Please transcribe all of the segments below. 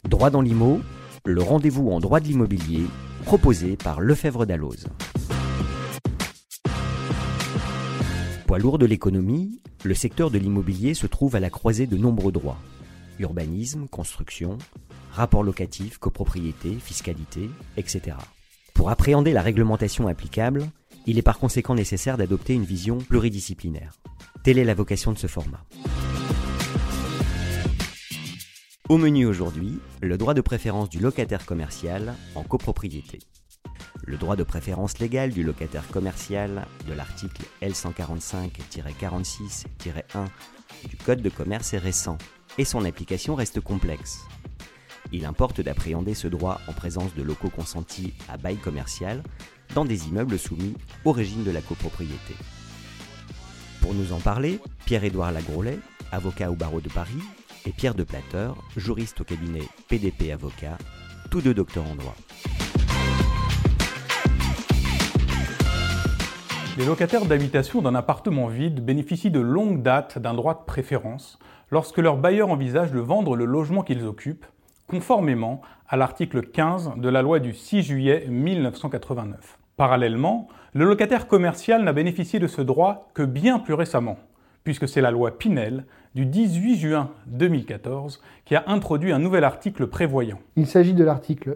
Droit dans l'IMO, le rendez-vous en droit de l'immobilier proposé par Lefebvre Dalloz. Poids lourd de l'économie, le secteur de l'immobilier se trouve à la croisée de nombreux droits. Urbanisme, construction, rapports locatifs, copropriété, fiscalité, etc. Pour appréhender la réglementation applicable, il est par conséquent nécessaire d'adopter une vision pluridisciplinaire. Telle est la vocation de ce format. Au menu aujourd'hui, le droit de préférence du locataire commercial en copropriété. Le droit de préférence légal du locataire commercial de l'article L145-46-1 du Code de commerce est récent et son application reste complexe. Il importe d'appréhender ce droit en présence de locaux consentis à bail commercial dans des immeubles soumis au régime de la copropriété. Pour nous en parler, Pierre-Édouard Lagrolet, avocat au barreau de Paris, et Pierre de Plateur, juriste au cabinet PDP Avocat, tous deux docteurs en droit. Les locataires d'habitation d'un appartement vide bénéficient de longue date d'un droit de préférence lorsque leur bailleur envisage de vendre le logement qu'ils occupent, conformément à l'article 15 de la loi du 6 juillet 1989. Parallèlement, le locataire commercial n'a bénéficié de ce droit que bien plus récemment, puisque c'est la loi Pinel du 18 juin 2014 qui a introduit un nouvel article prévoyant. Il s'agit de l'article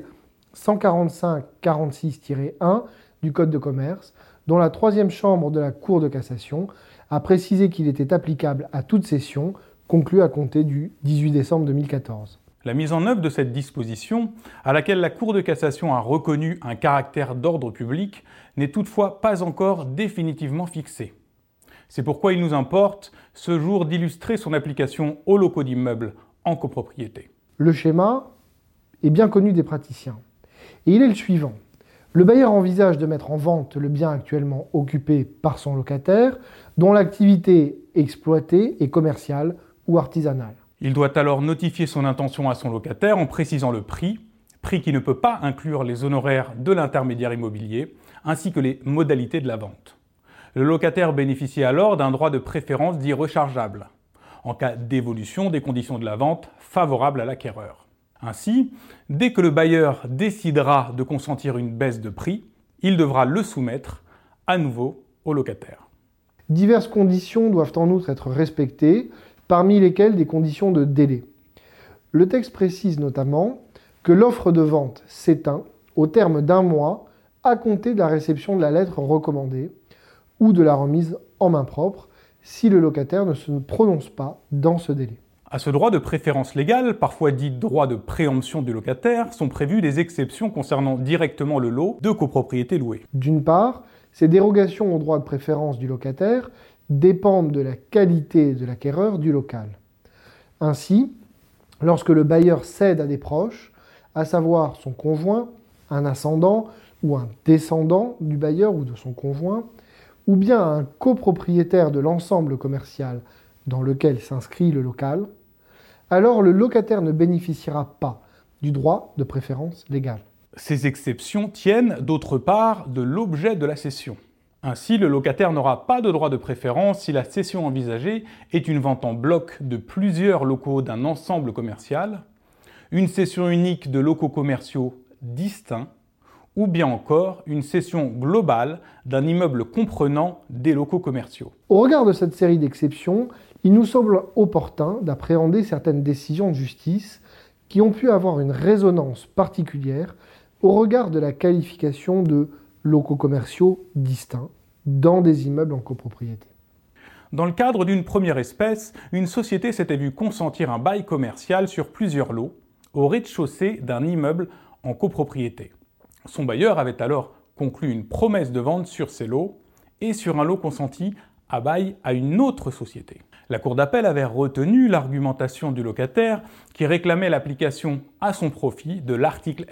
L145-46-1 du Code de commerce, dont la troisième chambre de la Cour de cassation a précisé qu'il était applicable à toute cession conclue à compter du 18 décembre 2014. La mise en œuvre de cette disposition, à laquelle la Cour de cassation a reconnu un caractère d'ordre public, n'est toutefois pas encore définitivement fixée. C'est pourquoi il nous importe ce jour d'illustrer son application aux locaux d'immeubles en copropriété. Le schéma est bien connu des praticiens. Et il est le suivant. Le bailleur envisage de mettre en vente le bien actuellement occupé par son locataire, dont l'activité exploitée est commerciale ou artisanale. Il doit alors notifier son intention à son locataire en précisant le prix qui ne peut pas inclure les honoraires de l'intermédiaire immobilier, ainsi que les modalités de la vente. Le locataire bénéficie alors d'un droit de préférence dit rechargeable, en cas d'évolution des conditions de la vente favorables à l'acquéreur. Ainsi, dès que le bailleur décidera de consentir une baisse de prix, il devra le soumettre à nouveau au locataire. Diverses conditions doivent en outre être respectées, parmi lesquelles des conditions de délai. Le texte précise notamment que l'offre de vente s'éteint au terme d'un mois à compter de la réception de la lettre recommandée ou de la remise en main propre si le locataire ne se prononce pas dans ce délai. À ce droit de préférence légale, parfois dit droit de préemption du locataire, sont prévues des exceptions concernant directement le lot de copropriété louée. D'une part, ces dérogations au droit de préférence du locataire dépendent de la qualité de l'acquéreur du local. Ainsi, lorsque le bailleur cède à des proches, à savoir son conjoint, un ascendant ou un descendant du bailleur ou de son conjoint, ou bien à un copropriétaire de l'ensemble commercial dans lequel s'inscrit le local, alors le locataire ne bénéficiera pas du droit de préférence légale. Ces exceptions tiennent, d'autre part, de l'objet de la cession. Ainsi, le locataire n'aura pas de droit de préférence si la cession envisagée est une vente en bloc de plusieurs locaux d'un ensemble commercial, une cession unique de locaux commerciaux distincts, ou bien encore une cession globale d'un immeuble comprenant des locaux commerciaux. Au regard de cette série d'exceptions, il nous semble opportun d'appréhender certaines décisions de justice qui ont pu avoir une résonance particulière au regard de la qualification de locaux commerciaux distincts dans des immeubles en copropriété. Dans le cadre d'une première espèce, une société s'était vue consentir un bail commercial sur plusieurs lots au rez-de-chaussée d'un immeuble en copropriété. Son bailleur avait alors conclu une promesse de vente sur ces lots et sur un lot consenti à bail à une autre société. La Cour d'appel avait retenu l'argumentation du locataire qui réclamait l'application à son profit de l'article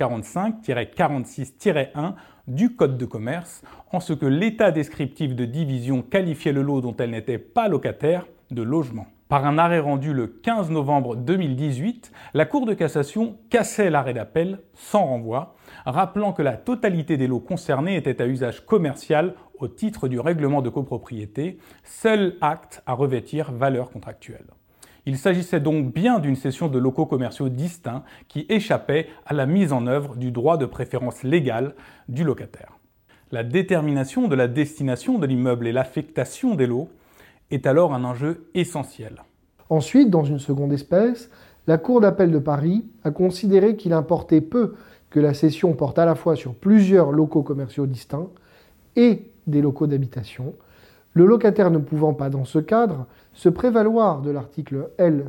L145-46-1 du Code de commerce, en ce que l'état descriptif de division qualifiait le lot dont elle n'était pas locataire de logement. Par un arrêt rendu le 15 novembre 2018, la Cour de cassation cassait l'arrêt d'appel sans renvoi, rappelant que la totalité des lots concernés était à usage commercial au titre du règlement de copropriété, seul acte à revêtir valeur contractuelle. Il s'agissait donc bien d'une cession de locaux commerciaux distincts qui échappait à la mise en œuvre du droit de préférence légal du locataire. La détermination de la destination de l'immeuble et l'affectation des lots est alors un enjeu essentiel. Ensuite, dans une seconde espèce, la Cour d'appel de Paris a considéré qu'il importait peu que la cession porte à la fois sur plusieurs locaux commerciaux distincts et des locaux d'habitation, le locataire ne pouvant pas, dans ce cadre, se prévaloir de l'article L.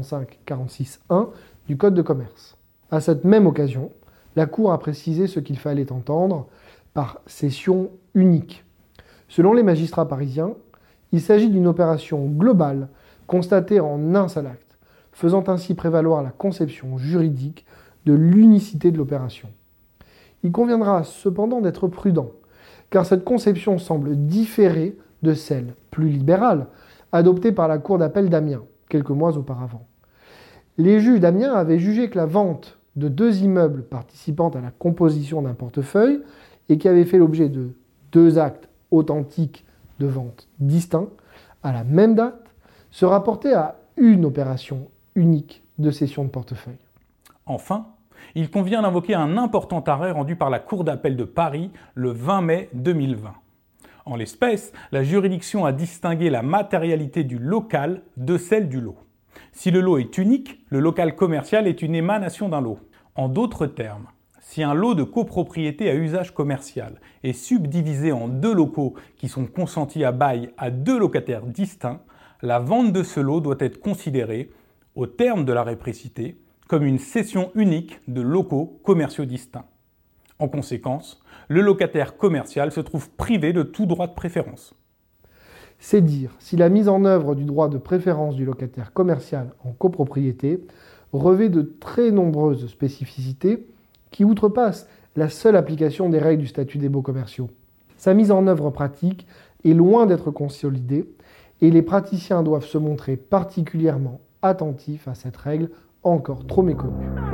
145-46-1 du Code de commerce. À cette même occasion, la Cour a précisé ce qu'il fallait entendre par cession unique. Selon les magistrats parisiens, il s'agit d'une opération globale constatée en un seul acte, faisant ainsi prévaloir la conception juridique de l'unicité de l'opération. Il conviendra cependant d'être prudent, car cette conception semble différer de celle, plus libérale, adoptée par la Cour d'appel d'Amiens, quelques mois auparavant. Les juges d'Amiens avaient jugé que la vente de 2 immeubles participant à la composition d'un portefeuille et qui avaient fait l'objet de 2 actes authentiques de vente distincts, à la même date, se rapportait à une opération unique de cession de portefeuille. Enfin, il convient d'invoquer un important arrêt rendu par la Cour d'appel de Paris le 20 mai 2020. En l'espèce, la juridiction a distingué la matérialité du local de celle du lot. Si le lot est unique, le local commercial est une émanation d'un lot. En d'autres termes, si un lot de copropriété à usage commercial est subdivisé en 2 locaux qui sont consentis à bail à 2 locataires distincts, la vente de ce lot doit être considérée, au terme de la répricité, comme une cession unique de locaux commerciaux distincts. En conséquence, le locataire commercial se trouve privé de tout droit de préférence. C'est dire si la mise en œuvre du droit de préférence du locataire commercial en copropriété revêt de très nombreuses spécificités qui outrepassent la seule application des règles du statut des baux commerciaux. Sa mise en œuvre pratique est loin d'être consolidée et les praticiens doivent se montrer particulièrement attentifs à cette règle encore trop méconnue.